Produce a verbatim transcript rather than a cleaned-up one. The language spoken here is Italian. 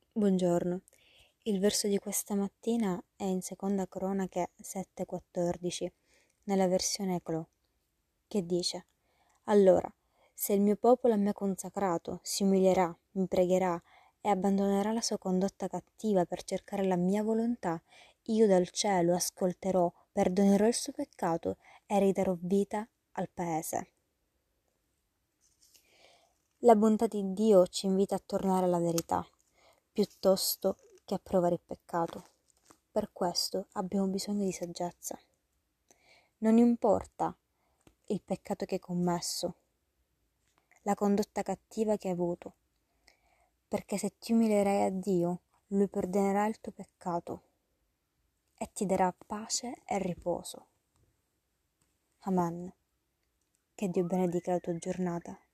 Buongiorno. Il verso di questa mattina è in Seconda Cronache sette quattordici, nella versione Clò, che dice: Allora, se il mio popolo a me consacrato si umilierà, mi pregherà e abbandonerà la sua condotta cattiva per cercare la mia volontà, io dal cielo ascolterò, perdonerò il suo peccato e ridarò vita al paese. La bontà di Dio ci invita a tornare alla verità, piuttosto che a provare il peccato. Per questo abbiamo bisogno di saggezza. Non importa il peccato che hai commesso, la condotta cattiva che hai avuto, perché se ti umilierai a Dio, Lui perdonerà il tuo peccato e ti darà pace e riposo. Amen. Che Dio benedica la tua giornata.